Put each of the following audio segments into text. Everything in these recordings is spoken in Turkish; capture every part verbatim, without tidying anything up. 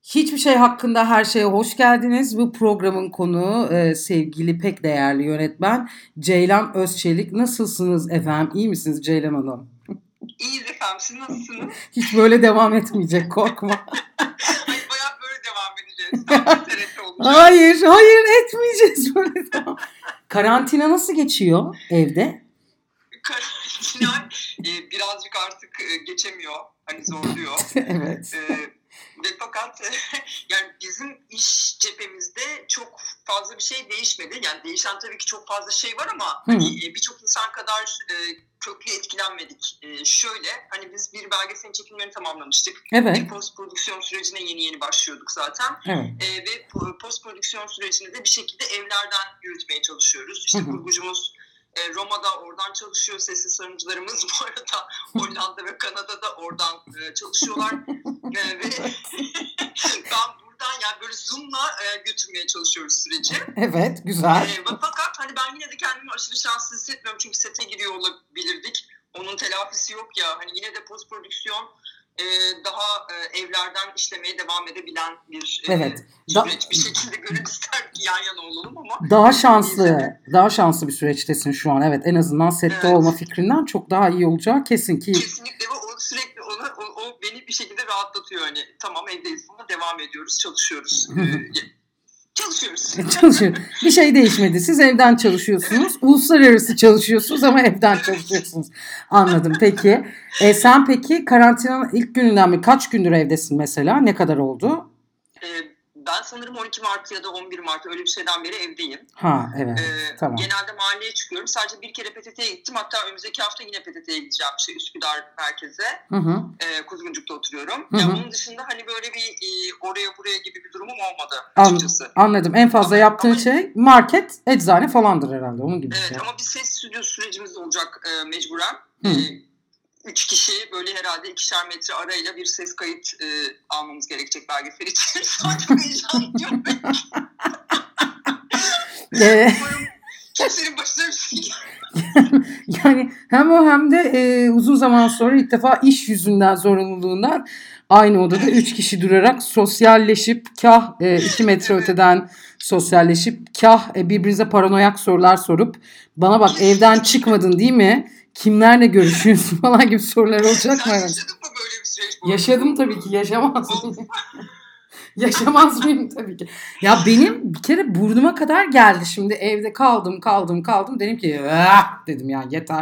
Hiçbir şey hakkında her şeye hoş geldiniz. Bu programın konuğu e, sevgili pek değerli yönetmen Ceylan Özçelik. Nasılsınız efendim? İyi misiniz Ceylan Hanım? İyiyiz efendim. Siz nasılsınız? Hiç böyle devam etmeyecek, korkma. Hayır, bayağı böyle devam edeceğiz. Tam bir T R T olacak. Hayır, hayır etmeyeceğiz böyle devam. Karantina nasıl geçiyor evde? Karantina e, birazcık artık e, geçemiyor. Hani zorluyor. Evet. E, ve fakat yani bizim iş cephemizde çok fazla bir şey değişmedi. Yani değişen tabii ki çok fazla şey var ama hani e, birçok insan kadar e, köklü etkilenmedik. E, şöyle hani biz bir belgeselin çekimlerini tamamlamıştık. Evet. Ve post prodüksiyon sürecine yeni yeni başlıyorduk zaten. Evet. E, ve post prodüksiyon sürecini de bir şekilde evlerden yürütmeye çalışıyoruz. İşte kurgucumuz e, Roma'da oradan çalışıyor, sesli sarımcılarımız bu arada Hollanda ve Kanada'da oradan e, çalışıyorlar. e, ve ben buradan yani böyle Zoom'la e, götürmeye çalışıyoruz süreci. Evet, güzel. E, fakat hani ben yine de kendimi aşırı şanslı hissetmiyorum çünkü sete giriyor olabilirdik. Onun telafisi yok ya. Hani yine de post prodüksiyon e, daha e, evlerden işlemeye devam edebilen bir e, Evet. süreç. Da- bir şekilde gönül ister ki yan yana olalım ama. Daha şanslı, daha şanslı bir süreçtesin şu an. Evet, en azından sette Evet. olma fikrinden çok daha iyi olacağı kesin ki. Kesinlikle ve o sürekli onu, o, o beni bir şekilde rahatlatıyor. Hani tamam evdeyiz ama devam ediyoruz, çalışıyoruz. ee, çalışıyoruz. Çalışıyor. Bir şey değişmedi. Siz evden çalışıyorsunuz. Uluslararası çalışıyorsunuz ama evden çalışıyorsunuz. Anladım. Peki. E, sen peki karantinanın ilk gününden mi? Kaç gündür evdesin mesela? Ne kadar oldu? Ee, ben sanırım on iki Mart ya da on bir Mart öyle bir şeyden beri evdeyim. Ha evet. Ee, tamam. Genelde mahalleye çıkıyorum. Sadece bir kere P T T'ye gittim. Hatta önümüzdeki hafta yine P T T'ye gideceğim. Şey, Üsküdar merkeze. Hı hı. Ee, Kuzguncuk'ta oturuyorum. Hı hı. Yani bunun dışında hani böyle bir e, oraya buraya gibi bir durumum olmadı An- açıkçası. anladım. En fazla Ama- yaptığın ama- şey market, eczane falandır herhalde. Onun gibi bir Evet şey. ama bir ses stüdyo sürecimiz olacak e, mecburen. Hı. E, üç kişi böyle herhalde ikişer metre arayla bir ses kayıt e, almamız gerekecek belgesel için. Çok heyecanlıyım. Ee, Umarım kimsenin başına bir şey yani hem o hem de e, uzun zaman sonra ilk defa iş yüzünden zorunluluğundan aynı odada üç kişi durarak sosyalleşip kah e, iki metre Evet. öteden sosyalleşip kah e, birbirinize paranoyak sorular sorup bana bak evden çıkmadın değil mi? Kimlerle görüşüyorsun falan gibi sorular olacak mı? Sen yaşadın mı böyle bir süreç? Bu Yaşadım tabii ki, yaşamaz mıyım? Yaşamaz mıyım tabii ki. Ya benim bir kere burnuma kadar geldi. Şimdi evde kaldım kaldım kaldım. Dedim ki ah dedim ya yeter.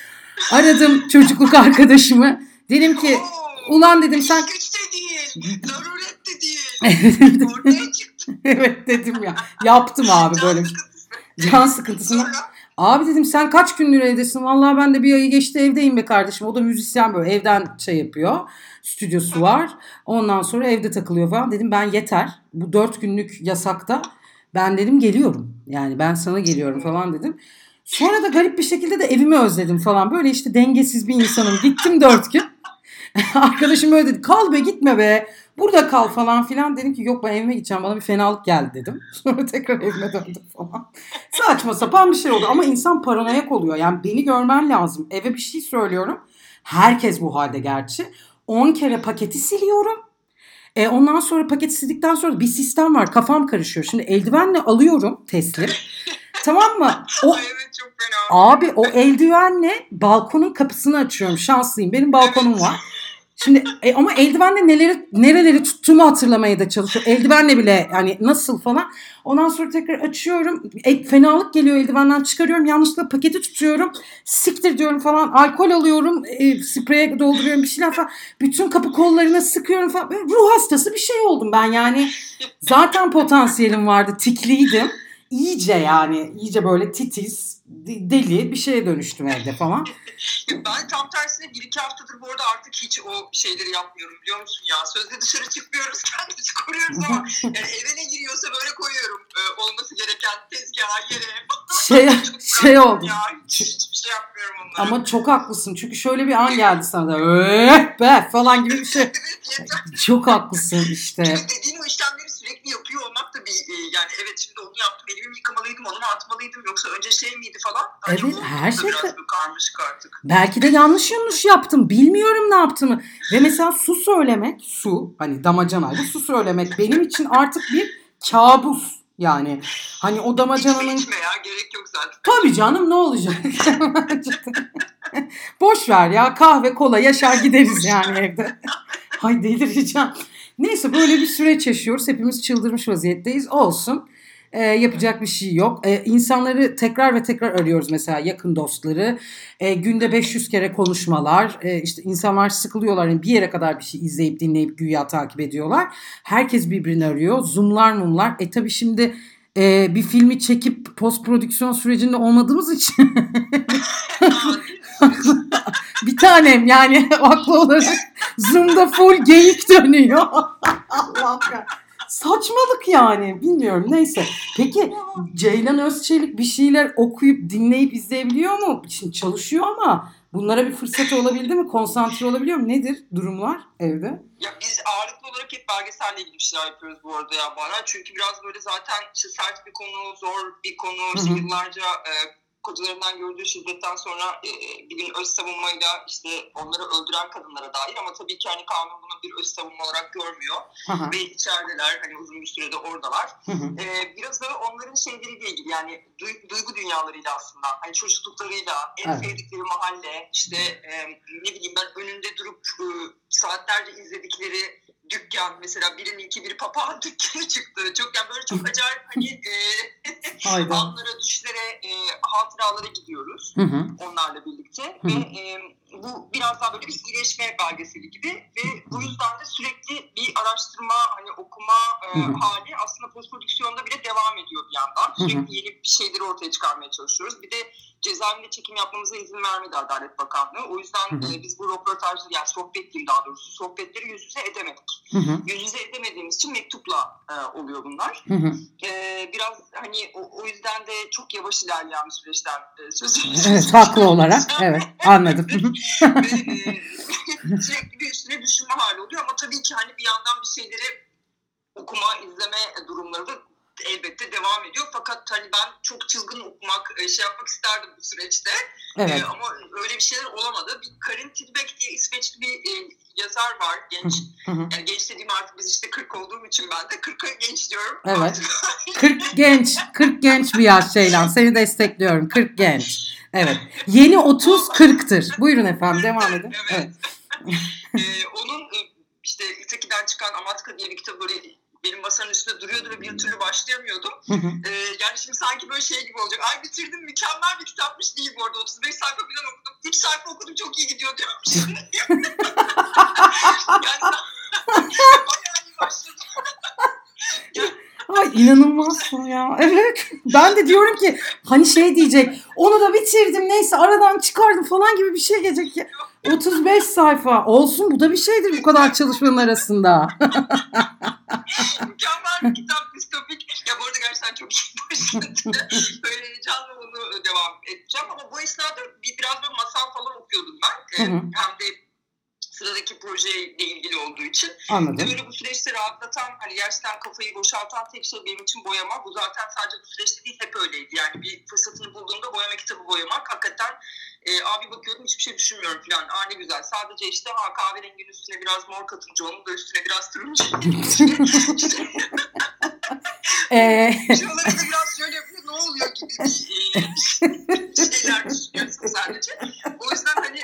Aradım çocukluk arkadaşımı. Dedim ki ulan dedim sen... İş güç de değil, zaruret de değil. Ortaya çıktı. Evet dedim ya. Yaptım abi Can böyle. sıkıntısı. Can sıkıntısına. Sonra? Abi dedim sen kaç gündür evdesin? Vallahi ben de bir ayı geçti evdeyim be kardeşim. O da müzisyen böyle evden şey yapıyor. Stüdyosu var. Ondan sonra evde takılıyor falan. Dedim ben yeter. Bu dört günlük yasakta ben dedim geliyorum. Yani ben sana geliyorum falan dedim. Sonra da garip bir şekilde de evimi özledim falan. Böyle işte dengesiz bir insanım. Gittim dört gün. Arkadaşım öyle dedi. Kal be gitme be. Burada kal falan filan. Dedim ki yok ben evime gideceğim. Bana bir fenalık geldi dedim. Sonra tekrar evime döndüm falan. Saçma sapan bir şey oldu. Ama insan paranoyak oluyor. Yani beni görmen lazım. Eve bir şey söylüyorum. Herkes bu halde gerçi. on kere paketi siliyorum. E ondan sonra paketi sildikten sonra bir sistem var. Kafam karışıyor. Şimdi eldivenle alıyorum teslim. Tamam mı? O, Ay evet çok fena. abi o eldivenle balkonun kapısını açıyorum. Şanslıyım. Benim balkonum Evet. var. Şimdi e, ama eldivenle neleri nereleri tuttuğumu hatırlamaya da çalışıyorum. Eldivenle bile yani nasıl falan. Ondan sonra tekrar açıyorum. E, fenalık geliyor eldivenden çıkarıyorum. Yanlışlıkla paketi tutuyorum. Siktir diyorum falan. Alkol alıyorum. E, spreye dolduruyorum bir şeyler falan. Bütün kapı kollarına sıkıyorum falan. Böyle ruh hastası bir şey oldum ben yani. Zaten potansiyelim vardı. Tikliydim. İyice yani iyice böyle titiz, deli bir şeye dönüştüm evde falan. Ben tam tersine bir iki haftadır bu arada artık hiç o şeyleri yapmıyorum biliyor musun ya. Sözde dışarı çıkmıyoruz kendimizi koruyoruz ama yani eve ne giriyorsa böyle koyuyorum. Ee, olması gereken tezgaha yere. Şey, şey oldu. Ya, hiç, hiçbir şey yapmıyorum onlara. Ama çok haklısın çünkü şöyle bir an geldi sana da öh be falan gibi bir şey. Evet yeter. Çok haklısın işte. Çünkü dediğin o işlemleri sürekli yapıyor olmak da bir e, yani evet şimdi onu yaptım, elimi mi yıkamalıydım, onu mu atmalıydım, yoksa önce şey miydi falan. Hani Evet, her şey biraz bir karmaşık artık. Belki de yanlış yanlış yaptım. Bilmiyorum ne yaptığımı. Ve mesela su söylemek, su hani damacanayla su söylemek benim için artık bir kabus. Yani hani o damacananın... İçme içme ya, gerek yok zaten. Tabii canım, ne olacak? Boş ver ya, kahve kola yaşar gideriz yani evde. Hay delireceğim. Neyse, böyle bir süreç yaşıyoruz. Hepimiz çıldırmış vaziyetteyiz. Olsun. Ee, yapacak bir şey yok. Ee, insanları tekrar ve tekrar arıyoruz, mesela yakın dostları. Ee, günde beş yüz kere konuşmalar. Ee, işte insanlar sıkılıyorlar. Yani bir yere kadar bir şey izleyip dinleyip güya takip ediyorlar. Herkes birbirini arıyor. Zoom'lar mumlar. E tabii şimdi e, bir filmi çekip post prodüksiyon sürecinde olmadığımız için bir tanem yani haklı olarak Zoom'da full geyik dönüyor. Allah ya. Saçmalık yani. Bilmiyorum. Neyse. Peki Ceylan Özçelik bir şeyler okuyup dinleyip izleyebiliyor mu? Şimdi çalışıyor ama bunlara bir fırsatı olabildi mi? Konsantre olabiliyor mu? Nedir durumlar evde? Ya biz ağırlıklı olarak hep belgeselle ilgili bir şeyler yapıyoruz bu arada ya bana. Çünkü biraz böyle zaten işte sert bir konu, zor bir konu. İşte yıllarca e, kocalarından gördüğü şiddetten sonra e, bir gün öz savunmayla işte onları öldüren kadınlara dair, ama tabii ki hani kanun bunu bir öz savunma olarak görmüyor. Aha. Ve içerideler, hani uzun bir sürede oradalar. E, biraz da onların şeyleriyle ilgili, yani duygu, duygu dünyalarıyla aslında. Hani çocukluklarıyla, en evet. sevdikleri mahalle, işte e, ne bileyim ben önünde durup e, saatlerce izledikleri dükkan, mesela birininki bir papağan dükkanı çıktı. Çok yani böyle çok acayip hani e, anlara, düşlere, e, hatıralara gidiyoruz hı hı. onlarla birlikte. Hı hı. Ve e, bu biraz daha böyle bir iyileşme belgeseli gibi ve bu yüzden de sürekli bir araştırma, hani okuma e, hı hı. hali aslında postprodüksiyonda bile devam ediyor bir yandan. Sürekli hı hı. yeni bir şeyleri ortaya çıkarmaya çalışıyoruz. Bir de cezaevinde çekim yapmamıza izin vermedi Adalet Bakanlığı. O yüzden hı hı. E, biz bu röportajları, yani sohbet diyeyim daha doğrusu, sohbetleri yüz yüze edemedik. Hı hı. Yüz yüze edemediğimiz için mektupla e, oluyor bunlar. Hı hı. E, biraz hani o, o yüzden de çok yavaş ilerleyen bir süreçten e, söz ediyoruz. Evet, haklı olarak. Evet, anladım. Ve e, sürekli bir üstüne düşünme hali oluyor, ama tabii ki hani bir yandan bir şeyleri okuma, izleme durumları da elbette devam ediyor. Fakat hani ben çok çılgın okumak, şey yapmak isterdim bu süreçte. Evet. Ee, ama öyle bir şeyler olamadı. Bir Karin Tidbeck diye İsveçli bir e, yazar var, genç. Hı hı. Yani genç dediğim artık biz işte kırk olduğum için ben de kırka genç diyorum. Evet. kırk genç. kırk genç bir yaş Ceylan. Seni destekliyorum. kırk genç. Evet. Yeni otuz kırktır. Buyurun efendim, devam edin. Evet. evet. ee, onun işte İtaki'den çıkan Amatka diye bir kitabı böyle benim masanın üstünde duruyordu ve bir türlü başlayamıyordum. Hı hı. Ee, yani şimdi sanki böyle şey gibi olacak. Ay bitirdim, mükemmel bir kitapmış değil bu arada. otuz beş sayfa falan okudum. üç sayfa okudum, çok iyi gidiyor diyorum şimdi. yani bayağı iyi başladım. yani, Ay inanılmazsın ya. Evet. Ben de diyorum ki hani şey diyecek. Onu da bitirdim, neyse aradan çıkardım falan gibi bir şey gelecek ya. otuz beş sayfa. Olsun, bu da bir şeydir bu kadar çalışmanın arasında. Mükemmel bir kitap, distopik. Ya bu arada gerçekten çok iyi başladı. Böyle heyecanla onu devam edeceğim. Ama bu esnada bir, biraz böyle masal falan okuyordum ben. Hı hı. Hem de sıradaki projeyle ilgili olduğu için. Anladım. Böyle bu süreçte rahatlatan, hani gerçekten kafayı boşaltan tek şey benim için boyama. Bu zaten sadece bu süreçte değil, hep öyleydi. Yani bir fırsatını bulduğumda boyama kitabı boyamak. Hakikaten e, abi bakıyorum hiçbir şey düşünmüyorum falan. Aa ne güzel. Sadece işte ha kahverenginin üstüne biraz mor katınca, onun da üstüne biraz turuncu. Eee Şuralara da biraz şöyle yapıyor, ne oluyor gibi bir e, şeyler düşünüyorsun sadece. O yüzden hani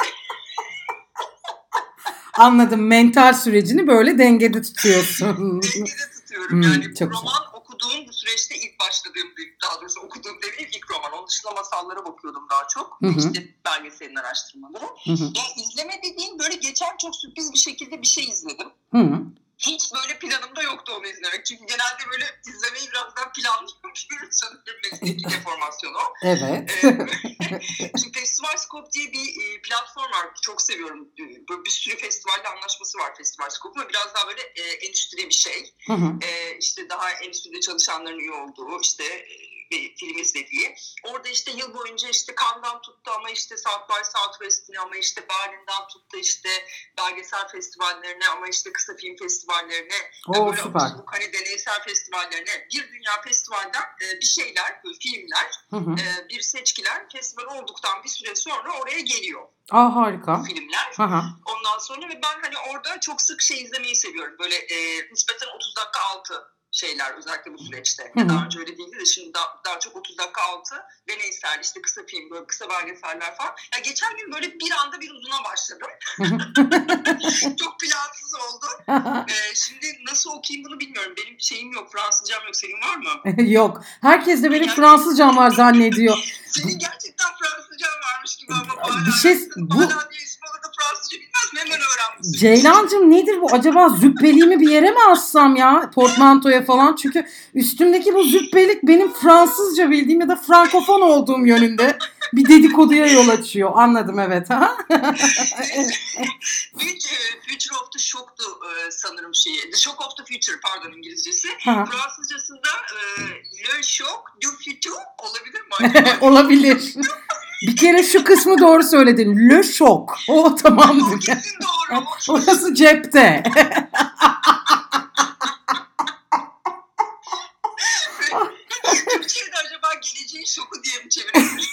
anladım, mental sürecini böyle dengede tutuyorsun. Dengede tutuyorum. Hmm, yani bu roman güzel. Okuduğum bu süreçte ilk başladığım, daha doğrusu okuduğum demeyeyim ilk roman. Onun dışında masallara bakıyordum daha çok. Hı hı. İşte belgeselin araştırmaları. Hı hı. Yani izleme dediğim, böyle geçen çok sürpriz bir şekilde bir şey izledim. Hı hı. Hiç böyle planımda yoktu onu izlemek. Çünkü genelde böyle izlemeyi biraz daha planlıyorum. Sanırım mesleki deformasyonu. Evet. Şimdi Festival Scope diye bir e, platform var. Çok seviyorum. Böyle bir sürü festivalle anlaşması var Festival Scope'un. Ama biraz daha böyle e, endüstri bir şey. Hı hı. E, işte daha endüstride çalışanların üye olduğu, işte e, film izlediği. Orada işte yıl boyunca işte Cannes'dan tuttu ama işte South by Southwest'ini, ama işte Berlin'den tuttu işte belgesel festivallerine, ama işte kısa film festivallerine, festivallerine, Oo, böyle süper. bu hani deneysel festivallerine, bir dünya festivalden e, bir şeyler, böyle filmler, Hı hı. e, bir seçkiler festival olduktan bir süre sonra oraya geliyor. Aa, harika. Bu filmler. Hı hı. Ondan sonra ve ben hani orada çok sık şey izlemeyi seviyorum. Böyle e, nispeten otuz dakika altı şeyler, özellikle bu süreçte. Hı hı. Daha önce öyle değildi de şimdi daha, daha çok otuz dakika altı deneysel, işte kısa film, böyle kısa belgeseller falan. Ya geçen gün böyle bir anda bir uzuna başladım. Çok plansız oldu. Ee, şimdi nasıl okuyayım bunu bilmiyorum. Benim şeyim yok, Fransızcam yok. Senin var mı? Yok. Herkes de benim Yani- Fransızcam var zannediyor. Senin gerçekten Fransızcan varmış gibi ama hala Bir şey- araştırdın. bu- Hala diyor İsmail da Fransızca bilmez mi? Hemen öğrenmişsin. Ceylancığım, nedir bu? Acaba züppeliğimi bir yere mi assam ya? Portmantoya falan. Çünkü üstümdeki bu züppelik benim Fransızca bildiğim ya da Frankofon olduğum yönünde bir dedikoduya yol açıyor. Anladım, evet. Future of the Shock'tu e, sanırım şeyi. The Shock of the Future, pardon, İngilizcesi. Ha. Fransızcasında e, Le Shock du Futur olabilir mi acaba? Olabilir. Bir kere şu kısmı doğru söyledin. Le şok. O O tamamdır. kesin doğru. Orası cepte. Türkçe'de acaba geleceğin şoku diye mi çevirelim?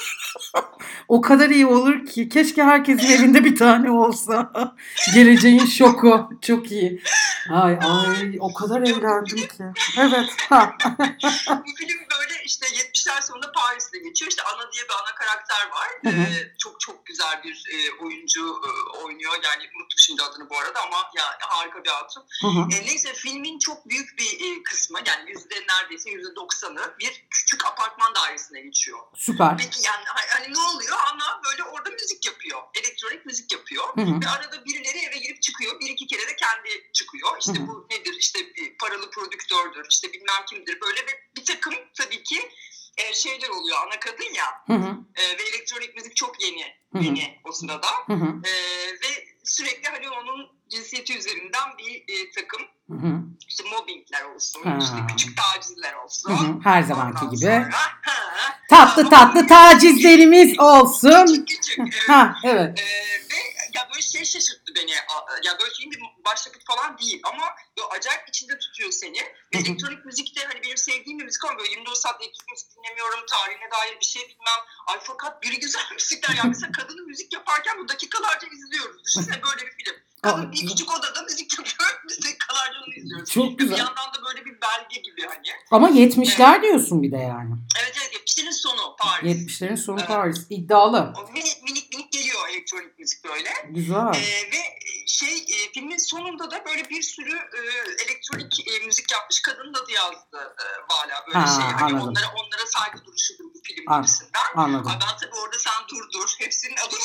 O kadar iyi olur ki. Keşke herkesin evinde bir tane olsa. Geleceğin şoku. Çok iyi. Ay ay, o kadar evlendim ki. Evet. Ha. Bu film böyle işte yetmişler sonunda Paris'te geçiyor. İşte Ana diye bir ana karakter var. Hı hı. Ee, çok çok güzel bir e, oyuncu e, oynuyor. Yani unuttum şimdi adını bu arada ama ya harika bir hatun. Hı hı. E, neyse filmin çok büyük bir e, kısmı, yani yüzde neredeyse yüzde doksanı bir küçük apartman dairesine geçiyor. Süper. Peki yani hani ne oluyor? Ana böyle orada müzik yapıyor. Elektronik müzik yapıyor. Hı hı. Ve arada birileri eve girip çıkıyor. Bir iki kere de kendi çıkıyor. İşte Hı hı. bu nedir? İşte bir paralı prodüktördür. İşte bilmem kimdir. Böyle ve bir takım tabii ki e, şeyler oluyor. Ana kadın ya. Hı hı. E, ve elektronik müzik çok yeni. Hı hı. Yeni o sırada. Hı hı. E, ve sürekli hani onun cinsiyeti üzerinden bir e, takım Hı hı. işte mobbingler olsun, Ha. işte küçük tacizler olsun. Hı hı. Her zamanki Ondan gibi. sonra, ha, Tatlı ama tatlı tacizlerimiz olsun. Küçük küçük. Evet. Ha, evet. Ee, ve ya böyle şey şaşırttı beni. Ya böyle film bir başyapıt falan değil ama böyle acayip içinde tutuyor seni. Ve Hı hı. elektronik müzikte hani benim sevdiğim bir müzik ama böyle yirmi dört saat elektrik müzik dinlemiyorum. Tarihine dair bir şey bilmem. Ay fakat biri güzel müzikler. Yani mesela kadının müzik yaparken bu dakikalarca izliyoruz. Düşünsene böyle bir film. Kadın Aa, bir küçük odada müzik yapıyor. Biz dakikalarca onu izliyoruz. Çok Ve güzel. bir yandan da böyle bir belge gibi hani. Ama yetmişler diyorsun bir de yani. Evet evet, yetmişlerin sonu Paris. yetmişlerin sonu Evet. Paris. İddialı. O minik minik minik geliyor elektronik müzik böyle. Güzel. Ee, ve şey e, filmin sonunda da böyle bir sürü e, elektronik e, müzik yapmış kadının adı yazdı e, hala böyle Ha, şey. Hani anladım. onlara onlara saygı duruşudur bu film An- gibisinden. Anladım. Ay ben tabii orada sen dur dur. Hepsinin adını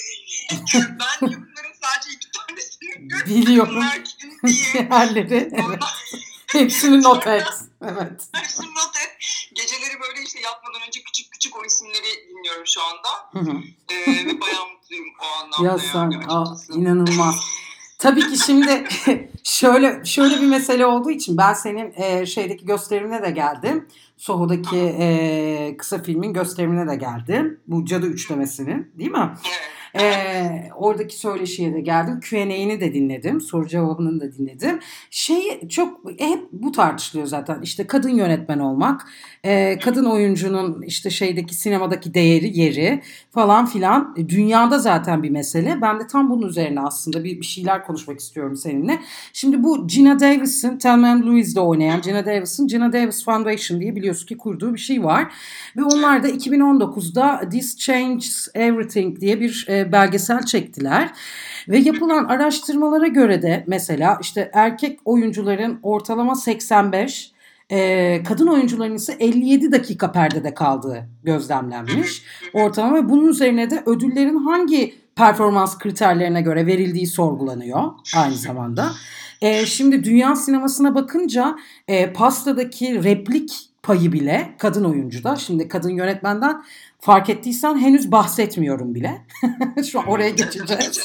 ben niye bunların sadece iki tanesini biliyorum. Biliyorum. Bunlar kim diye. Yerleri. Evet. Ondan Hepsini not et. Evet. hepsini not et. Geceleri böyle işte yatmadan önce küçük küçük o isimleri dinliyorum şu anda. Hı hı. Ee, ve bayağı mutluyum o anlamda Ya yani sen aa, açıkçası. inanılmaz. Tabii ki şimdi şöyle şöyle bir mesele olduğu için ben senin e, şeydeki gösterimine de geldim. Soho'daki e, kısa filmin gösterimine de geldim. Bu Cadı Üçlemesi'nin, değil mi? Evet. E, oradaki söyleşiye de geldim. Q and A'ni de dinledim. Soru cevabını da dinledim. Şey çok hep bu tartışılıyor zaten. İşte kadın yönetmen olmak, e, kadın oyuncunun işte şeydeki sinemadaki değeri, yeri falan filan. E, Dünyada zaten bir mesele. Ben de tam bunun üzerine aslında bir, bir şeyler konuşmak istiyorum seninle. Şimdi bu Gina Davis'in, Thelma and Louise'de oynayan Gina Davis'in Gina Davis Foundation diye biliyorsun ki kurduğu bir şey var. Ve onlar da iki bin on dokuzda This Changes Everything diye bir e, belgesel çektiler. Ve yapılan araştırmalara göre de mesela işte erkek oyuncuların ortalama seksen beş, e, kadın oyuncuların ise elli yedi dakika perdede kaldığı gözlemlenmiş. Ortalama ve bunun üzerine de ödüllerin hangi performans kriterlerine göre verildiği sorgulanıyor aynı zamanda. E, şimdi dünya sinemasına bakınca e, pastadaki replik payı bile kadın oyuncuda. Şimdi kadın yönetmenden fark ettiysen henüz bahsetmiyorum bile. Şu an oraya geçeceğiz.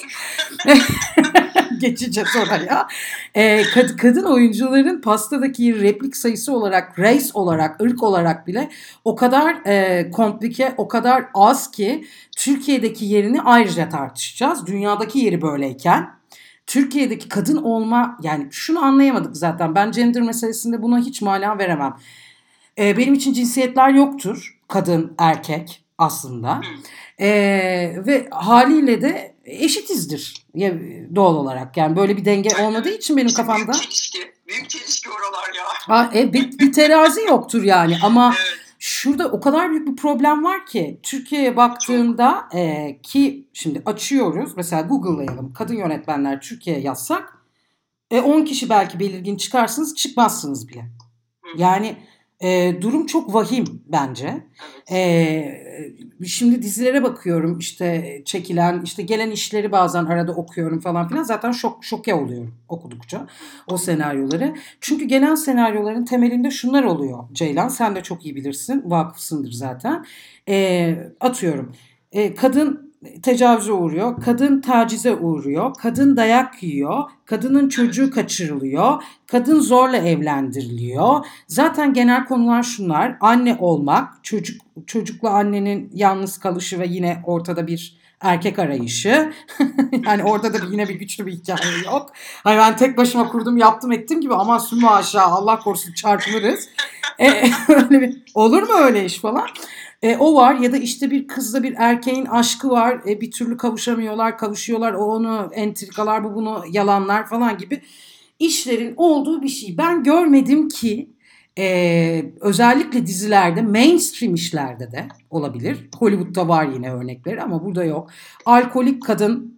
Geçeceğiz oraya. Ee, kad- kadın oyuncuların pastadaki replik sayısı olarak, race olarak, ırk olarak bile o kadar e, komplike, o kadar az ki Türkiye'deki yerini ayrıca tartışacağız. Dünyadaki yeri böyleyken Türkiye'deki kadın olma, yani şunu anlayamadık zaten. Ben gender meselesinde buna hiç mana veremem. Ee, benim için cinsiyetler yoktur. Kadın, erkek aslında. Ee, ve haliyle de eşitizdir ya, doğal olarak. Yani böyle bir denge olmadığı için benim kafamda. Büyük çelişki. Büyük çelişki oralar ya. Ha, e, bir, bir terazi yoktur yani ama Evet. şurada o kadar büyük bir problem var ki Türkiye'ye baktığında e, ki şimdi açıyoruz mesela Google'layalım kadın yönetmenler Türkiye yazsak e, on kişi belki belirgin çıkarsınız, çıkmazsınız bile. Yani e, durum çok vahim bence. E, şimdi dizilere bakıyorum, işte çekilen, işte gelen işleri bazen arada okuyorum falan filan. Zaten şok şoke oluyorum okudukça o senaryoları. Çünkü gelen senaryoların temelinde şunlar oluyor Ceylan. Sen de çok iyi bilirsin, vakıfsındır zaten. E, atıyorum e, kadın tecavüze uğruyor, kadın tacize uğruyor, kadın dayak yiyor, kadının çocuğu kaçırılıyor, kadın zorla evlendiriliyor. Zaten genel konular şunlar: anne olmak, çocuk çocukla annenin yalnız kalışı ve yine ortada bir erkek arayışı. Yani orada da yine bir güçlü bir hikaye yok. Hani ben tek başıma kurdum, yaptım, ettim gibi, aman sümme aşağı, Allah korusun çarpılırız. E, öyle bir, olur mu öyle iş falan? E, o var, ya da işte bir kızla bir erkeğin aşkı var, e, bir türlü kavuşamıyorlar, kavuşuyorlar, o onu entrikalar, bu bunu yalanlar falan gibi işlerin olduğu bir şey. Ben görmedim ki e, özellikle dizilerde, mainstream işlerde de olabilir. Hollywood'da var yine örnekleri ama burada yok. Alkolik kadın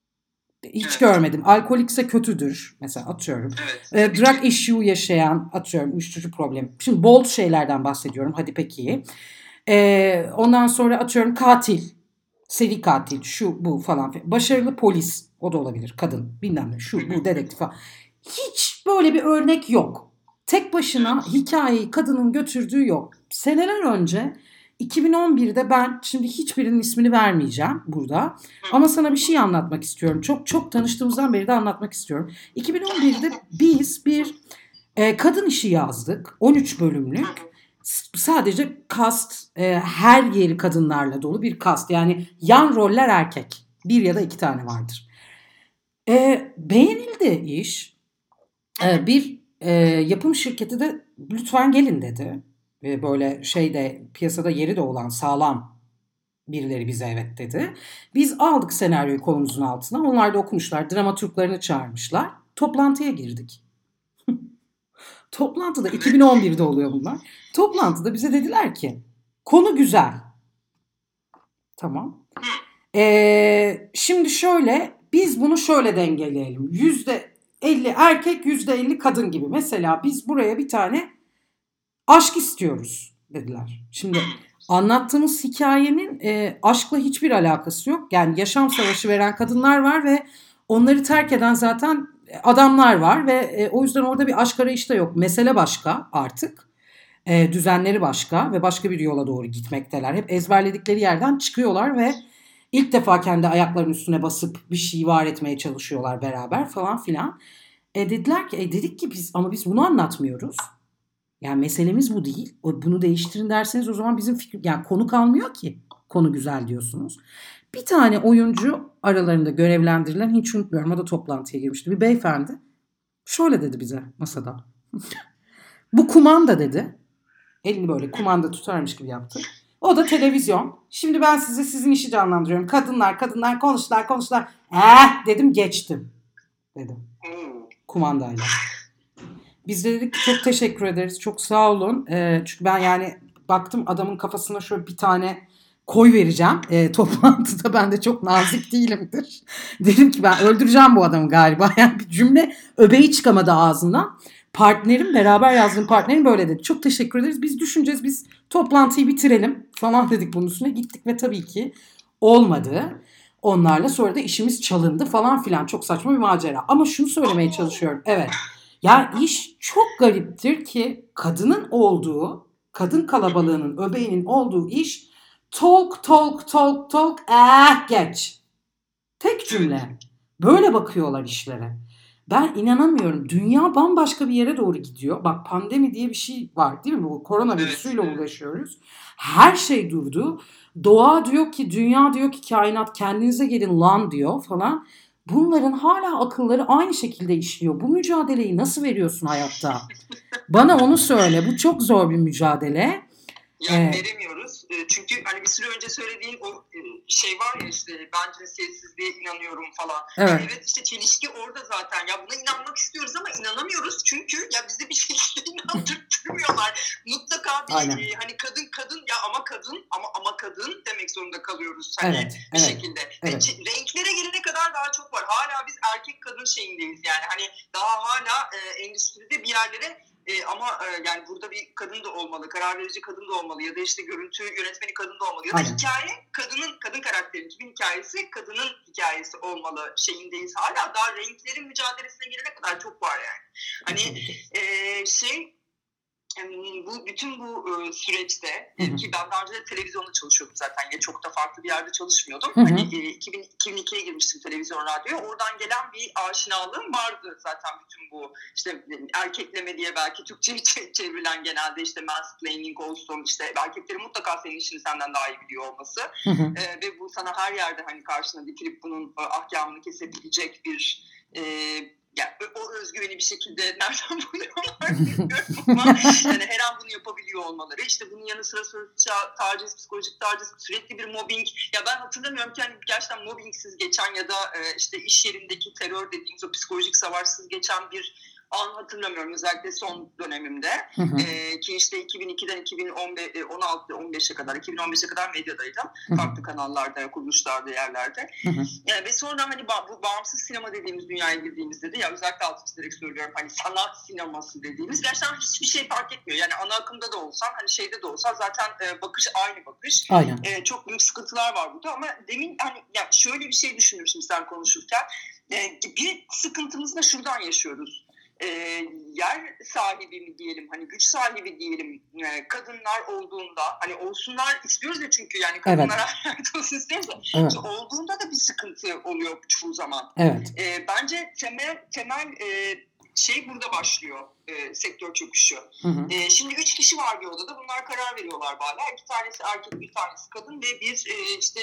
hiç evet. görmedim. Alkolikse kötüdür mesela, atıyorum. Evet, e, drug issue yaşayan, atıyorum, uyuşturucu problemi. Şimdi bold şeylerden bahsediyorum, hadi peki. Ee, ondan sonra atıyorum katil, seri katil, şu bu falan. Başarılı polis, o da olabilir, kadın, bilmem ne, şu bu dedektif falan. Hiç böyle bir örnek yok. Tek başına hikayeyi kadının götürdüğü yok. Seneler önce iki bin on birde, ben şimdi hiçbirinin ismini vermeyeceğim burada ama sana bir şey anlatmak istiyorum. Çok çok tanıştığımızdan beri de anlatmak istiyorum. iki bin on birde biz bir e, kadın işi yazdık, on üç bölümlük. Sadece cast, e, her yeri kadınlarla dolu bir cast. Yani yan roller erkek. Bir ya da iki tane vardır. E, beğenildi iş. E, bir e, yapım şirketi de lütfen gelin dedi. E, böyle şeyde, piyasada yeri de olan sağlam birileri bize evet dedi. Biz aldık senaryoyu kolumuzun altına. Onlar da okumuşlar. Dramaturglarını çağırmışlar. Toplantıya girdik. Toplantıda, iki bin on birde oluyor bunlar. Toplantıda bize dediler ki konu güzel. Tamam. Ee, şimdi şöyle, biz bunu şöyle dengeleyelim. yüzde elli erkek, yüzde elli kadın gibi. Mesela biz buraya bir tane aşk istiyoruz dediler. Şimdi anlattığımız hikayenin e, aşkla hiçbir alakası yok. Yani yaşam savaşı veren kadınlar var ve onları terk eden zaten adamlar var ve e, o yüzden orada bir aşk arayışı da yok. Mesele başka artık. E, düzenleri başka ve başka bir yola doğru gitmekteler. Hep ezberledikleri yerden çıkıyorlar ve ilk defa kendi ayaklarının üstüne basıp bir şey var etmeye çalışıyorlar beraber falan filan. E, dediler ki, e, dedik ki biz, ama biz bunu anlatmıyoruz. Yani meselemiz bu değil. Bunu değiştirin derseniz o zaman bizim fikir, yani konu kalmıyor ki. Konu güzel diyorsunuz. Bir tane oyuncu aralarında görevlendirilen, hiç unutmuyorum, o da toplantıya girmişti. Bir beyefendi şöyle dedi bize masada. Bu kumanda dedi. Elini böyle kumanda tutarmış gibi yaptı. O da televizyon. Şimdi ben size sizin işi canlandırıyorum. Kadınlar kadınlar konuştular konuştular. Eh dedim, geçtim dedim. Kumandayla. Biz de dedik ki çok teşekkür ederiz. Çok sağ olun. E, çünkü ben yani baktım adamın kafasına şöyle bir tane koy vereceğim. E, toplantıda ben de çok nazik değilimdir. Dedim ki ben öldüreceğim bu adamı galiba. Yani bir cümle öbeği çıkamadı ağzından. Partnerim, beraber yazdığım partnerim böyle dedi. Çok teşekkür ederiz. Biz düşüneceğiz. Biz toplantıyı bitirelim falan dedik bunun üstüne. Gittik ve tabii ki olmadı. Onlarla sonra da işimiz çalındı falan filan. Çok saçma bir macera. Ama şunu söylemeye çalışıyorum. Evet. Ya iş çok gariptir ki kadının olduğu, kadın kalabalığının, öbeğinin olduğu iş talk talk talk talk eh geç. Tek cümle. Böyle bakıyorlar işlere. Ben inanamıyorum. Dünya bambaşka bir yere doğru gidiyor. Bak, pandemi diye bir şey var değil mi? Bu koronavirüsüyle uğraşıyoruz. Her şey durdu. Doğa diyor ki, dünya diyor ki, kainat kendinize gelin lan diyor falan. Bunların hala akılları aynı şekilde işliyor. Bu mücadeleyi nasıl veriyorsun hayatta? Bana onu söyle. Bu çok zor bir mücadele. Yani ee, veremiyoruz. Çünkü hani bir süre önce söylediğin o şey var ya, işte ben cinsiyetsizliğe inanıyorum falan. Evet. Yani evet, işte çelişki orada zaten. Ya buna inanmak istiyoruz ama inanamıyoruz. Çünkü ya bizi bir şekilde inandırtmıyorlar. Mutlaka bir e, hani kadın kadın ya ama kadın ama ama kadın demek zorunda kalıyoruz. Hani evet, bir evet, şekilde. Evet. Ve renklere gelene kadar daha çok var. Hala biz erkek kadın şeyindeyiz yani. Hani daha hala e, endüstride bir yerlere E, ama e, yani burada bir kadın da olmalı, karar verici kadın da olmalı ya da işte görüntü yönetmeni kadın da olmalı ya da aynen, hikaye kadının, kadın karakterin, kimin hikayesi kadının hikayesi olmalı şeyindeyiz. Hala daha renklerin mücadelesine gelene kadar çok var yani. Hani e, şey bu bütün bu e, süreçte hı hı, ki ben daha önce de televizyonda çalışıyordum zaten ya, çok da farklı bir yerde çalışmıyordum. Hı hı. Hani e, iki bin, iki bin ikiye girmiştim televizyon radyoya. Oradan gelen bir aşinalığım vardı zaten bütün bu işte erkekleme diye belki Türkçe'ye çevrilen genelde işte mansplaining olsun, işte erkeklerin mutlaka senin işini senden daha iyi biliyor olması. Hı hı. E, ve bu sana her yerde hani karşına dikilip bunun ahkamını kesebilecek bir e, yani o özgüveni bir şekilde nereden buluyorlar bilmiyorum ama yani her an bunu yapabiliyor olmaları. İşte bunun yanı sıra sözlü taciz, psikolojik taciz, sürekli bir mobbing. Ya ben hatırlamıyorum ki hani gerçekten mobbingsiz geçen ya da işte iş yerindeki terör dediğimiz o psikolojik savaşsız geçen bir an hatırlamıyorum, özellikle son dönemimde. Hı hı. Ee, ki işte iki bin ikiden iki bin on altı on beşe kadar, iki bin on beşe kadar medyadaydım. Hı hı. Farklı kanallarda, kuruluşlarda, yerlerde. Hı hı. Yani ve sonra hani bu bağımsız sinema dediğimiz dünyaya girdiğimizde de ya özellikle altı çizerek söylüyorum, hani sanat sineması dediğimiz gerçekten hiçbir şey fark etmiyor. Yani ana akımda da olsan, hani şeyde de olsan zaten e, bakış aynı bakış. Aynen. E, çok büyük sıkıntılar var burada ama demin hani ya şöyle bir şey düşündüm şimdi sen konuşurken. E, bir sıkıntımızı da şuradan yaşıyoruz. E, yer sahibi mi diyelim, hani güç sahibi diyelim, e, kadınlar olduğunda hani olsunlar istiyoruz ya, çünkü yani kadınlar evet, olsun istiyoruz ya, evet, olduğunda da bir sıkıntı oluyor çoğu zaman. Evet. E, bence temel temel e, şey burada başlıyor, e, sektör çöküşü. Hı hı. E, şimdi üç kişi var bir odada, bunlar karar veriyorlar hala. İki tanesi erkek, bir tanesi kadın ve bir e, işte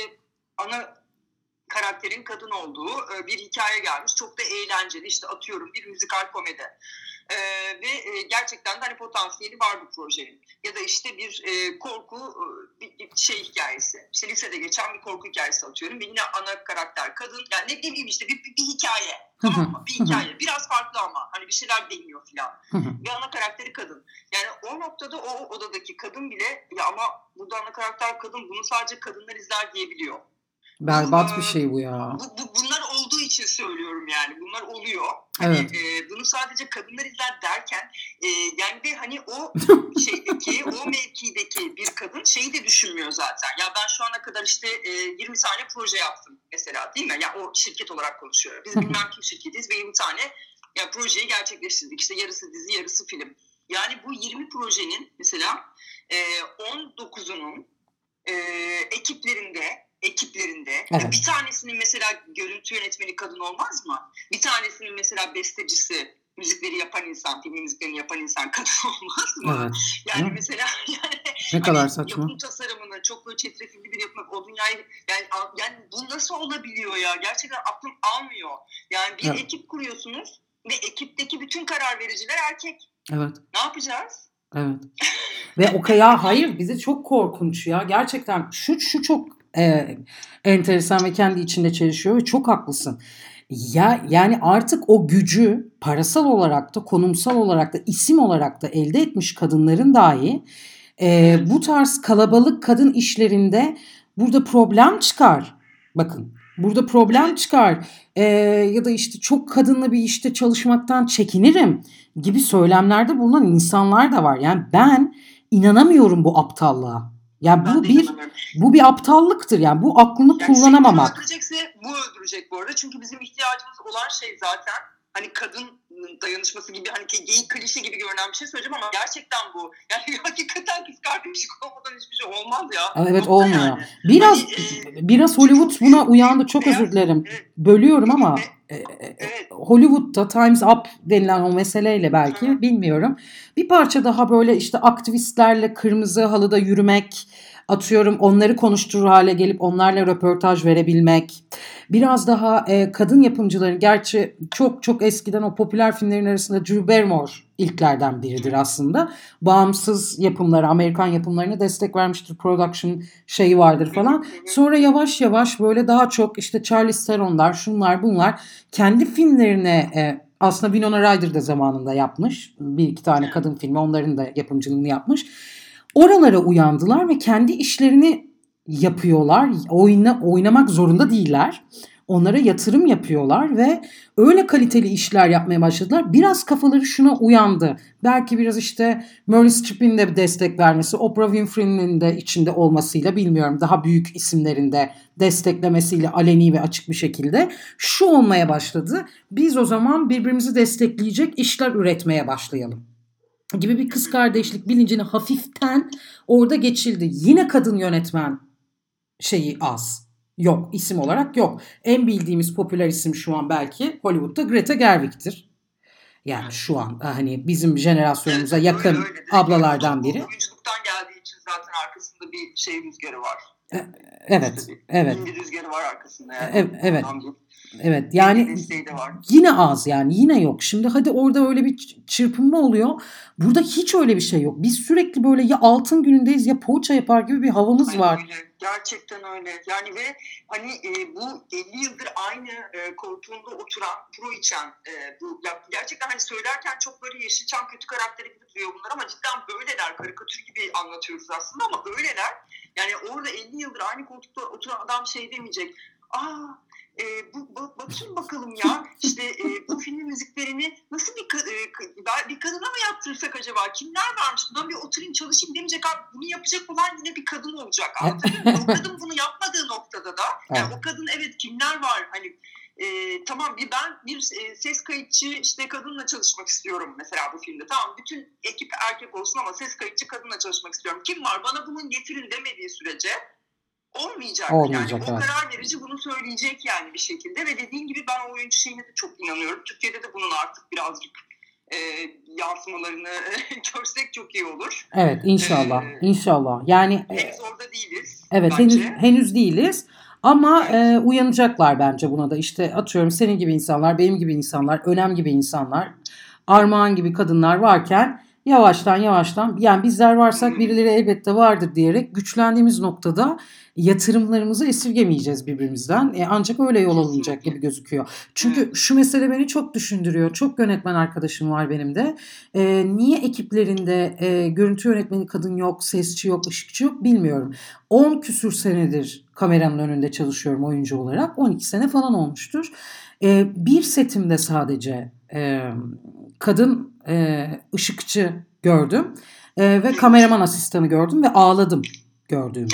ana karakterin kadın olduğu bir hikaye gelmiş. Çok da eğlenceli. İşte atıyorum bir müzikal komedi. Ee, ve e, gerçekten de hani potansiyeli var bu projenin. Ya da işte bir e, korku bir, bir şey hikayesi. İşte lisede geçen bir korku hikayesi atıyorum. Ve yine ana karakter kadın. Yani ne bileyim işte bir, bir, bir hikaye. Tamam mı? Bir hikaye. Biraz farklı ama. Hani bir şeyler deniyor filan. Ve ana karakteri kadın. Yani o noktada o odadaki kadın bile ya ama burada ana karakter kadın, bunu sadece kadınlar izler diyebiliyor. Berbat bu, bir şey bu ya. Bu, bu, bunlar olduğu için söylüyorum yani. Bunlar oluyor. Hani evet, e, bunu sadece kadınlar izler derken e, yani de hani o şeydeki o mevkideki bir kadın şeyi de düşünmüyor zaten. Ya ben şu ana kadar işte e, yirmi tane proje yaptım mesela, değil mi? Ya yani o şirket olarak konuşuyorum. Biz bilmem kim şirketiyiz ve yirmi tane ya projeyi gerçekleştirdik. İşte yarısı dizi, yarısı film. Yani bu yirmi projenin mesela e, on dokuzunun e, ekiplerinde ekiplerinde evet, bir tanesinin mesela görüntü yönetmeni kadın olmaz mı? Bir tanesinin mesela bestecisi, müzikleri yapan insan, film müziklerini yapan insan kadın olmaz mı? Evet. Yani Hı? mesela yani ne kadar hani saçma. Yapım tasarımını çok böyle çetrefilli bir yapmak, o dünyayı yani yani bu nasıl olabiliyor ya? Gerçekten aklım almıyor. Yani bir evet, ekip kuruyorsunuz ve ekipteki bütün karar vericiler erkek. Evet. Ne yapacağız? Evet. Ve o ya hayır, bize çok korkunç ya. Gerçekten şu şu çok e, enteresan ve kendi içinde çelişiyor ve çok haklısın. Ya yani artık o gücü parasal olarak da, konumsal olarak da, isim olarak da elde etmiş kadınların dahi e, bu tarz kalabalık kadın işlerinde burada problem çıkar. Bakın, burada problem çıkar. E, ya da işte çok kadınlı bir işte çalışmaktan çekinirim gibi söylemlerde bulunan insanlar da var. Yani ben inanamıyorum bu aptallığa. Ya bu bir bu bir aptallıktır. Yani bu aklını yani kullanamamak. Yani öldürecekse bu öldürecek bu arada. Çünkü bizim ihtiyacımız olan şey zaten hani kadın dayanışması gibi, hani geyik klişe gibi görünen bir şey söyleyeceğim ama gerçekten bu. Yani hakikaten kız kardeşlik olmadan hiçbir şey olmaz ya. Evet, Nokta olmuyor. Yani. Biraz hani, e, biraz Hollywood buna uyandı. Çok beyaz, özür dilerim. Evet. Bölüyorum ama e, evet, Hollywood'da Times Up denilen o meseleyle belki Hı. bilmiyorum. Bir parça daha böyle işte aktivistlerle kırmızı halıda yürümek, atıyorum onları konuşturur hale gelip onlarla röportaj verebilmek. Biraz daha e, kadın yapımcıların, gerçi çok çok eskiden o popüler filmlerin arasında Drew Barrymore ilklerden biridir aslında. Bağımsız yapımlara, Amerikan yapımlarına destek vermiştir. Production şeyi vardır falan. Sonra yavaş yavaş böyle daha çok işte Charlize Theron'lar, şunlar bunlar kendi filmlerine e, aslında Winona Ryder da zamanında yapmış. Bir iki tane kadın filmi, onların da yapımcılığını yapmış. Oralara uyandılar ve kendi işlerini yapıyorlar. Oyna, oynamak zorunda değiller. Onlara yatırım yapıyorlar ve öyle kaliteli işler yapmaya başladılar. Biraz kafaları şuna uyandı. Belki biraz işte Meryl Streep'in de destek vermesi, Oprah Winfrey'nin de içinde olmasıyla, bilmiyorum, daha büyük isimlerin de desteklemesiyle aleni ve açık bir şekilde şu olmaya başladı. Biz o zaman birbirimizi destekleyecek işler üretmeye başlayalım gibi bir kız kardeşlik bilincini hafiften orada geçildi. Yine kadın yönetmen şeyi az. Yok, isim olarak yok. En bildiğimiz popüler isim şu an belki Hollywood'da Greta Gerwig'tir. Yani şu an hani bizim jenerasyonumuza yakın öyle, öyle. ablalardan biri. Oyunculuktan geldiği için zaten arkasında bir şey rüzgarı var. Yani evet, işte evet. Bir rüzgarı var arkasında yani. Evet, evet. Evet yani yine az, yani yine yok. Şimdi hadi orada öyle bir çırpınma oluyor. Burada hiç öyle bir şey yok. Biz sürekli böyle ya altın günündeyiz ya poğaça yapar gibi bir havamız Aynen var. Öyle. Gerçekten öyle. Yani ve hani e, bu elli yıldır aynı e, koltuğunda oturan, pro içen, e, bu ya, gerçekten hani söylerken çok böyle Yeşilçam kötü karakteri gibi duruyor bunlar ama cidden böyleler. Karikatür gibi anlatıyoruz aslında ama öyleler. Yani orada elli yıldır aynı koltukta oturan adam şey demeyecek. Aa E, bu, bu, bakayım bakalım ya işte e, bu filmin müziklerini nasıl bir, e, bir kadına mı yaptırsak acaba, kimler varmış, bundan bir oturayım çalışayım demeyecek abi, bunu yapacak olan yine bir kadın olacak, anladın mı? O kadın bunu yapmadığı noktada da yani o kadın evet kimler var hani e, tamam bir ben bir e, ses kayıtçı işte kadınla çalışmak istiyorum mesela bu filmde, tamam bütün ekip erkek olsun ama ses kayıtçı kadınla çalışmak istiyorum, kim var bana bunun getirin demediği sürece olmayacak. Olmayacak yani evet. O karar verici bunu söyleyecek yani bir şekilde ve dediğin gibi ben o oyuncu şeyine de çok inanıyorum. Türkiye'de de bunun artık birazcık e, yansımalarını görsek çok iyi olur. Evet inşallah. Ee, inşallah. Yani henüz orada değiliz. Evet bence. henüz henüz değiliz. Ama evet. e, uyanacaklar bence buna da. İşte atıyorum senin gibi insanlar, benim gibi insanlar, Önem gibi insanlar, Armağan gibi kadınlar varken yavaştan yavaştan, yani bizler varsak birileri elbette vardır diyerek güçlendiğimiz noktada yatırımlarımızı esirgemeyeceğiz birbirimizden. E ancak öyle yol alınacak gibi gözüküyor. Çünkü şu mesele beni çok düşündürüyor. Çok yönetmen arkadaşım var benim de. E, niye ekiplerinde e, görüntü yönetmeni kadın yok, sesçi yok, ışıkçı yok bilmiyorum. on küsür senedir kameranın önünde çalışıyorum oyuncu olarak. on iki sene falan olmuştur. E, bir setimde sadece e, kadın e, ışıkçı gördüm. E, ve kameraman asistanı gördüm ve ağladım gördüğümde.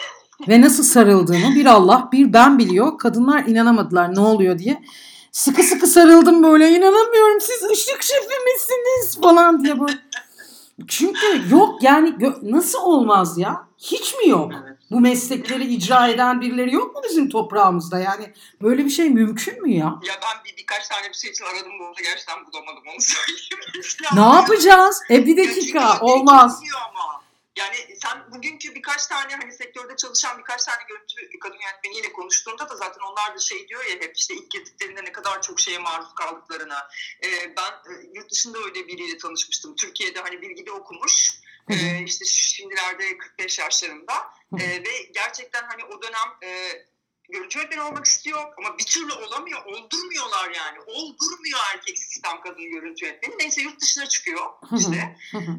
Ve nasıl sarıldığını bir Allah bir ben biliyor. Kadınlar inanamadılar ne oluyor diye. Sıkı sıkı sarıldım böyle, inanamıyorum siz ışık şefi misiniz falan diye böyle. Çünkü yok yani gö- nasıl olmaz ya? Hiç mi yok? Bu meslekleri icra eden birileri yok mu bizim toprağımızda? Yani böyle bir şey mümkün mü ya? Ya ben bir birkaç tane bir şey için aradım bu arada, gerçekten bulamadım, onu söyleyeyim. Ne yapacağız? E bir dakika olmaz. Ama. Yani sen bugünkü birkaç tane hani sektörde çalışan birkaç tane görüntü kadın yönetmeniyle konuştuğunda da zaten onlar da şey diyor ya hep işte ilk girdiklerinde ne kadar çok şeye maruz kaldıklarına. Ee, ben e, yurt dışında öyle biriyle tanışmıştım. Türkiye'de hani bilgide okumuş. Ee, işte şimdilerde kırk beş yaşlarında. Ee, ve gerçekten hani o dönem e, görüntü yönetmeni olmak istiyor ama bir türlü olamıyor. Oldurmuyorlar yani. Oldurmuyor erkek sistem kadın görüntü yönetmeni. Neyse yurt dışına çıkıyor işte.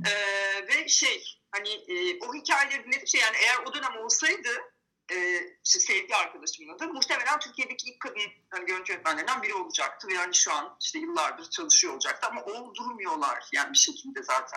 ee, ve şey hani e, o hikayeleri dinledim şey yani eğer o dönem olsaydı e, işte sevgi arkadaşımın adı muhtemelen Türkiye'deki ilk kadın hani görüntü yönetmenlerinden biri olacaktı ve yani şu an işte yıllardır çalışıyor olacaktı ama oldurmuyorlar yani bir şekilde zaten.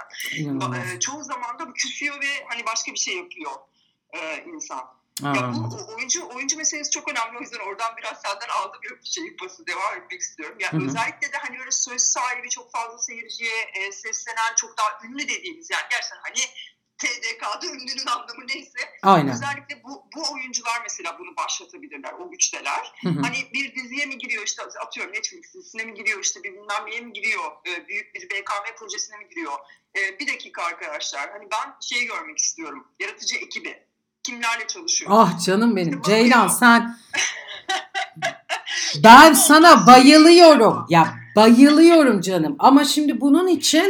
E, çoğu zaman da küsüyor ve hani başka bir şey yapıyor e, insan. Aa. Ya bu oyuncu oyuncu meselesi çok önemli, o yüzden oradan biraz senden aldığım bir şey yapması devam etmek istiyorum. Yani Hı-hı. özellikle de hani böyle söz sahibi, çok fazla seyirciye e, seslenen, çok daha ünlü dediğimiz yani gerçekten hani T D K'da ünlünün anlamı neyse. Aynen. Özellikle bu, bu oyuncular mesela bunu başlatabilirler. O güçteler. Hı hı. Hani bir diziye mi giriyor işte atıyorum Netflix dizisine mi giriyor işte bir bilmem neye mi giriyor. E, büyük bir B K M projesine mi giriyor. E, bir dakika arkadaşlar. Hani ben şeyi görmek istiyorum. Yaratıcı ekibi. kimlerle çalışıyoruz? Ah canım benim. İşte Ceylan sen ben sana bayılıyorum. Ya bayılıyorum canım. Ama şimdi bunun için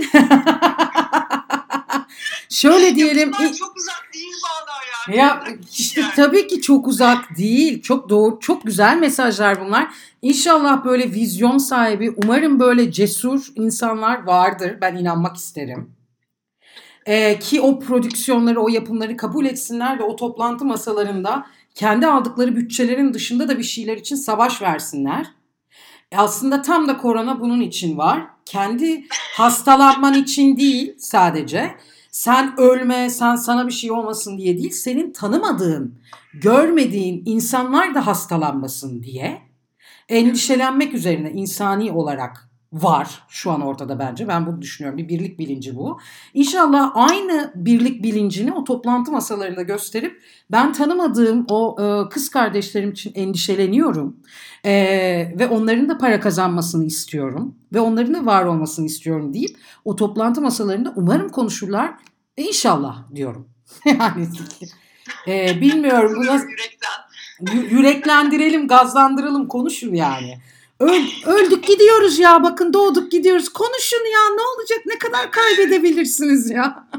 şöyle diyelim. Ya çok uzak değil bağlar yani. Ya işte yani. Tabii ki çok uzak değil. Çok doğru, çok güzel mesajlar bunlar. İnşallah böyle vizyon sahibi, umarım böyle cesur insanlar vardır. Ben inanmak isterim. Ee, ki o prodüksiyonları, o yapımları kabul etsinler ve o toplantı masalarında kendi aldıkları bütçelerin dışında da bir şeyler için savaş versinler. Aslında tam da korona bunun için var. Kendi hastalanman için değil sadece. Sen ölme, sen sana bir şey olmasın diye değil. Senin tanımadığın, görmediğin insanlar da hastalanmasın diye endişelenmek üzerine insani olarak var şu an ortada bence. Ben bunu düşünüyorum. Bir birlik bilinci bu. İnşallah aynı birlik bilincini o toplantı masalarında gösterip ben tanımadığım o e, kız kardeşlerim için endişeleniyorum. E, ve onların da para kazanmasını istiyorum. Ve onların da var olmasını istiyorum deyip o toplantı masalarında umarım konuşurlar. E, inşallah diyorum. Yani e, bilmiyorum. Bu nasıl... Yüreklendirelim, gazlandıralım, konuşun yani. Öl, öldük gidiyoruz ya, bakın doğduk gidiyoruz. Konuşun ya, ne olacak, ne kadar kaybedebilirsiniz ya.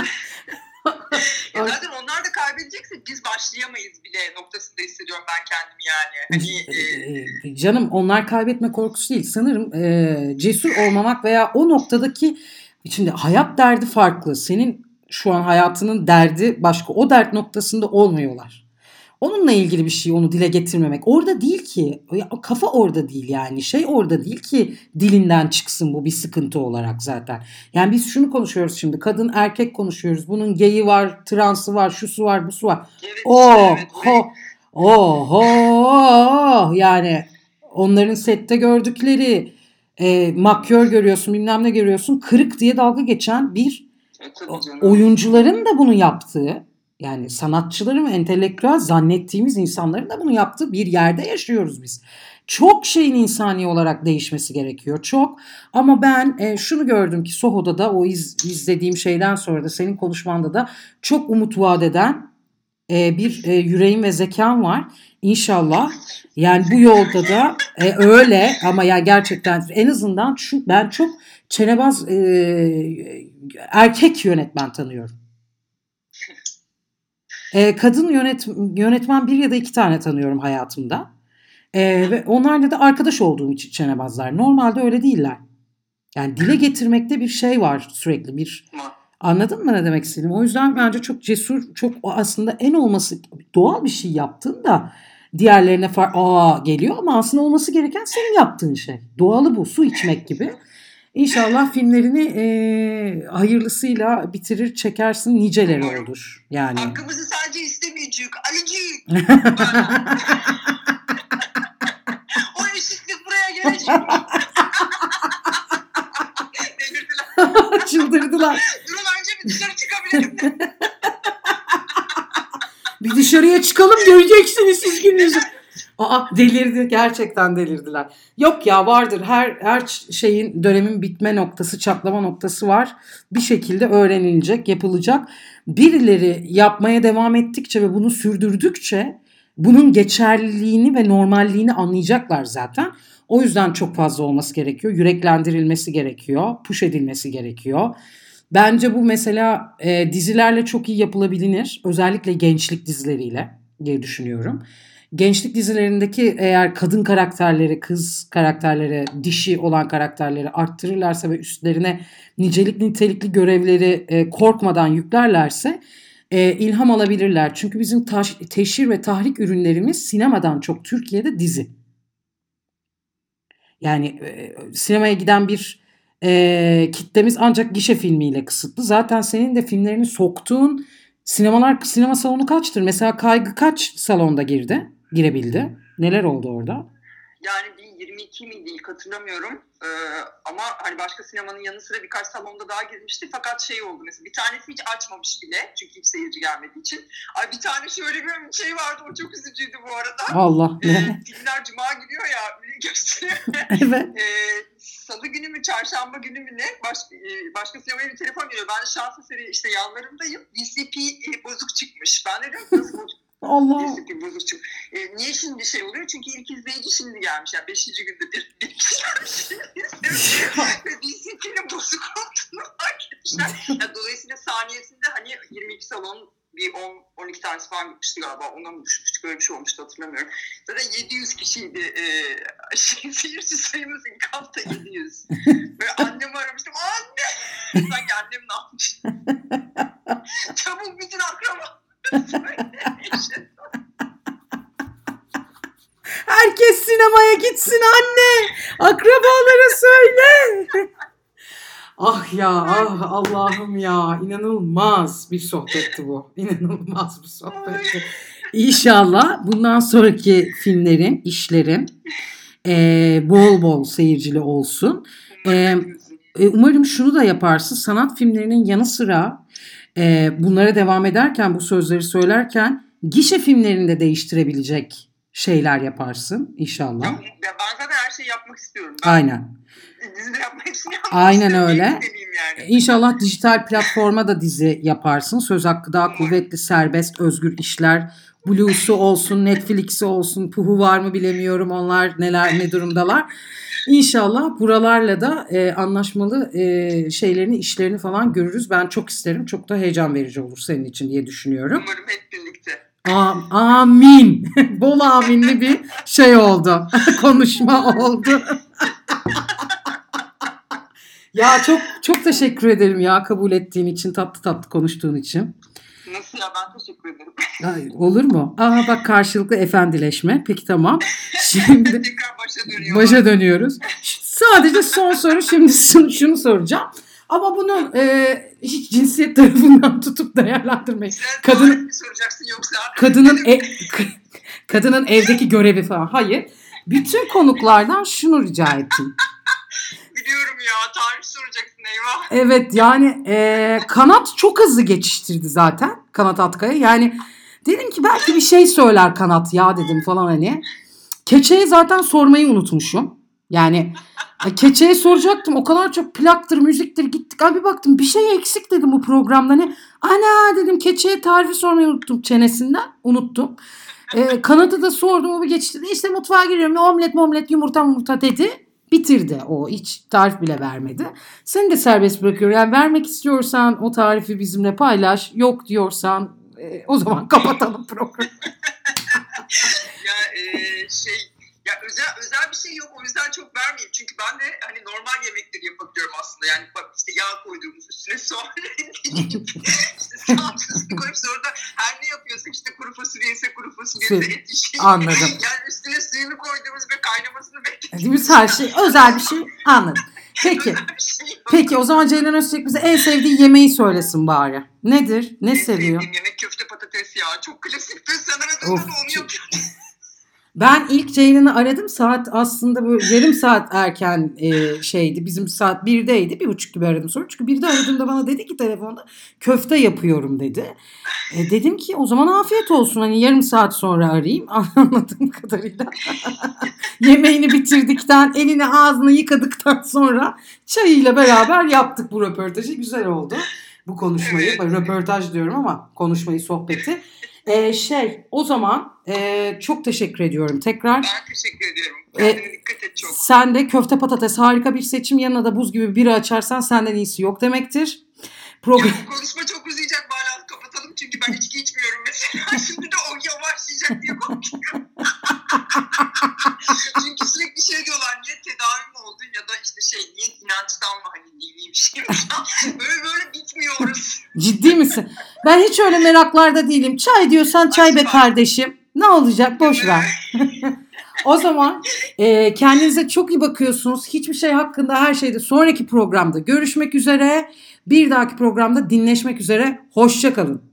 Ya zaten onlar da kaybedecekse biz başlayamayız bile noktasında hissediyorum ben kendimi yani. Hani, e... Canım onlar kaybetme korkusu değil. Sanırım e, cesur olmamak veya o noktadaki, şimdi hayat derdi farklı. Senin şu an hayatının derdi başka. O dert noktasında olmuyorlar. Onunla ilgili bir şey, onu dile getirmemek. Orada değil ki. Kafa orada değil yani. Şey orada değil ki dilinden çıksın bu bir sıkıntı olarak zaten. Yani biz şunu konuşuyoruz şimdi. Kadın erkek konuşuyoruz. Bunun geyi var, transı var, şusu var, busu var. Evet, oh, evet, ho, oh, oh, yani onların sette gördükleri e, makyör görüyorsun, bilmem ne görüyorsun. Kırık diye dalga geçen bir evet, oyuncuların da bunu yaptığı, yani sanatçıların ve entelektüel zannettiğimiz insanların da bunu yaptığı bir yerde yaşıyoruz biz. Çok şeyin insani olarak değişmesi gerekiyor. Çok. Ama ben e, şunu gördüm ki Soho'da da o iz, izlediğim şeyden sonra da senin konuşmanda da çok umut vaat eden e, bir e, yüreğim ve zekam var. İnşallah yani bu yolda da e, öyle ama ya gerçekten en azından şu, ben çok çenebaz e, erkek yönetmen tanıyorum. E, kadın yönet, yönetmen bir ya da iki tane tanıyorum hayatımda. E, ve onlarla da arkadaş olduğum için çenebazlar. Normalde öyle değiller. Yani dile getirmekte bir şey var sürekli. Bir anladın mı ne demek istediğimi? O yüzden bence çok cesur, çok aslında en olması doğal bir şey yaptın da diğerlerine far aa geliyor ama aslında olması gereken senin yaptığın şey. Doğalı bu. Su içmek gibi. İnşallah filmlerini e, hayırlısıyla bitirir, çekersin, niceleri olur. Yani. Hakkımızı sadece istemeyecek. Alicik. O eşitlik buraya gelecek. Delirdiler. Çıldırdılar. Durun önce bir dışarı çıkabilirim. Bir dışarıya çıkalım göreceksiniz siz gününüzü. Aa delirdi, gerçekten delirdiler. Yok ya vardır her her şeyin dönemin bitme noktası, çatlama noktası var. Bir şekilde öğrenilecek, yapılacak. Birileri yapmaya devam ettikçe ve bunu sürdürdükçe bunun geçerliliğini ve normalliğini anlayacaklar zaten. O yüzden çok fazla olması gerekiyor. Yüreklendirilmesi gerekiyor, push edilmesi gerekiyor. Bence bu mesela e, dizilerle çok iyi yapılabilir. Özellikle gençlik dizileriyle diye düşünüyorum. Gençlik dizilerindeki eğer kadın karakterleri, kız karakterleri, dişi olan karakterleri arttırırlarsa ve üstlerine nicelik nitelikli görevleri e, korkmadan yüklerlerse e, ilham alabilirler. Çünkü bizim taş, teşhir ve tahrik ürünlerimiz sinemadan çok Türkiye'de dizi. Yani e, sinemaya giden bir e, kitlemiz ancak gişe filmiyle kısıtlı. Zaten senin de filmlerini soktuğun sinemalar, sinema salonu kaçtır? Mesela Kaygı kaç salonda girdi? Girebildi? Neler oldu orada? Yani bir yirmi iki miydi ilk hatırlamıyorum. Ee, ama hani başka sinemanın yanı sıra birkaç salonda daha girmişti. Fakat şey oldu mesela, bir tanesi hiç açmamış bile. Çünkü hiç seyirci gelmediği için. Ay bir tane şöyle bir şey vardı, o çok üzücüydü bu arada. Allah. Ee, filmler cuma gidiyor ya, gösteriyor. Evet. Ee, Salı günü mü çarşamba günü mü ne baş, e, başka sinemaya bir telefon geliyor. Ben şans eseri işte yanlarındayım. D C P e, bozuk çıkmış. Ben de diyorum nasıl bozuk? Allah. D C P bozuk çıkmış. E, niye şimdi şey oluyor? Çünkü ilk izleyici şimdi gelmiş. Yani beşinci günde bir, bir kişi gelmiş. Ve D C P'nin bozuk olduğunu fark etmişler. Yani dolayısıyla saniyesinde hani yirmi iki salon bir on on iki tanesi falan gitmişti galiba. Ona mı düşmüştük? Öyle bir şey olmuştu, hatırlamıyorum. Zaten yedi yüz kişiydi. E, şey, seyirci sayımız ilk hafta yedi yüz. Böyle annemi aramıştım. Anne! Sanki annem ne yapmış? Çabuk bütün akraba. Herkes sinemaya gitsin anne. Akrabalara söyle. Ah ya, ah Allah'ım ya, inanılmaz bir sohbetti bu. İnanılmaz bir sohbetti. İnşallah bundan sonraki filmlerin, işlerin e, bol bol seyircili olsun. E, umarım şunu da yaparsın. Sanat filmlerinin yanı sıra e, bunlara devam ederken, bu sözleri söylerken gişe filmlerini de değiştirebilecek şeyler yaparsın inşallah. Ya, ya ben zaten her şeyi yapmak istiyorum. Ben Aynen. Dizide yapmak hepsini yapmak Aynen istiyorum. öyle. Yani. İnşallah dijital platforma da dizi yaparsın. Söz hakkı daha kuvvetli, serbest, özgür işler. Blue'su olsun, Netflix'i olsun, Puhu var mı bilemiyorum. Onlar neler ne durumdalar. İnşallah buralarla da e, anlaşmalı e, şeylerini, işlerini falan görürüz. Ben çok isterim. Çok da heyecan verici olur senin için diye düşünüyorum. Umarım hep birlikte. A- amin. Bol aminli bir şey oldu. Konuşma oldu. Ya çok çok teşekkür ederim ya, kabul ettiğin için, tatlı tatlı konuştuğun için. Nasıl ya, ben teşekkür ederim. Ay, olur mu? Aa bak, karşılıklı efendileşme. Peki tamam. Şimdi tekrar başa dönüyoruz. Başa dönüyoruz. Sadece son soru, şimdi şunu soracağım. Ama bunu e, hiç cinsiyet tarafından tutup değerlendirmeyin. Sen Kadın mi soracaksın yoksa? Kadının e, kadının evdeki görevi falan. Hayır. Bütün konuklardan şunu rica ettim. Biliyorum ya, tarih soracaksın, eyvah. Evet yani e, Kanat çok hızlı geçiştirdi zaten, Kanat Atkaya. Yani dedim ki belki bir şey söyler Kanat ya dedim falan hani. Keçe'ye zaten sormayı unutmuşum. Yani Keçe'ye soracaktım. O kadar çok plaktır, müziktir gittik. Abi baktım bir şey eksik dedim bu programda. Ne? Ana dedim, Keçe'ye tarifi sormayı unuttum çenesinden. Unuttum. E, Kanat'ı da sordum, o bir geçti. İşte mutfağa giriyorum. Omlet momlet yumurta yumurta dedi. Bitirdi o. Hiç tarif bile vermedi. Seni de serbest bırakıyorum. Yani vermek istiyorsan o tarifi bizimle paylaş. Yok diyorsan e, o zaman kapatalım programı. Ya e, şey ya özel özel bir şey yok, o yüzden çok vermeyeyim. Çünkü ben de hani normal yemekleri yapabiliyorum aslında. Yani bak işte yağ koyduğumuz, üstüne soğan rendeledik. işte salçasını koyup sonra da her ne yapıyorsak, işte kuru fasulyeyse kuru fasulyeyse et işi. Anladım. Yani üstüne suyunu koyduğumuz ve kaynamasını beklediğimiz. Dediğimiz her şey özel bir şey. Anladım. Peki. Şey Peki o zaman Ceylan Özçelik bize en sevdiği yemeği söylesin bari. Nedir? Ne en seviyor? sevdiğim yemek köfte patates ya. Çok klasiktir. Sen aradığında da onu yapıyorsun. Ben ilk Ceylan'ı aradım. Saat aslında böyle yarım saat erken e, şeydi. Bizim saat birdeydi. Bir buçuk gibi aradım sonra. Çünkü birde aradığımda bana dedi ki telefonda köfte yapıyorum dedi. E, dedim ki o zaman afiyet olsun. Hani yarım saat sonra arayayım. Anladığım kadarıyla. Yemeğini bitirdikten, elini ağzını yıkadıktan sonra çayıyla beraber yaptık bu röportajı. Güzel oldu bu konuşmayı. Evet. Ben röportaj diyorum ama konuşmayı, sohbeti. Ee, şey o zaman e, çok teşekkür ediyorum tekrar. Ben teşekkür ediyorum. Kendine ee, dikkat et çok. Sen de köfte patates harika bir seçim. Yanına da buz gibi biri açarsan senden iyisi yok demektir. Program... Ya, bu konuşma çok uzayacak, bari kapatalım çünkü ben içki içmiyorum mesela. Şimdi de o yavaşlayacak diye korkuyorum. Çünkü sürekli şey diyorlar, niye tedavi mi oldun ya da işte şey niye inançtan mı, hani dini bir şey mi? Böyle böyle bitmiyoruz. Ciddi misin? Ben hiç öyle meraklarda değilim. Çay diyorsan çay be kardeşim. Ne olacak, boş ver. O zaman e, kendinize çok iyi bakıyorsunuz. Hiçbir şey hakkında, her şeyde sonraki programda görüşmek üzere. Bir dahaki programda dinleşmek üzere. Hoşça kalın.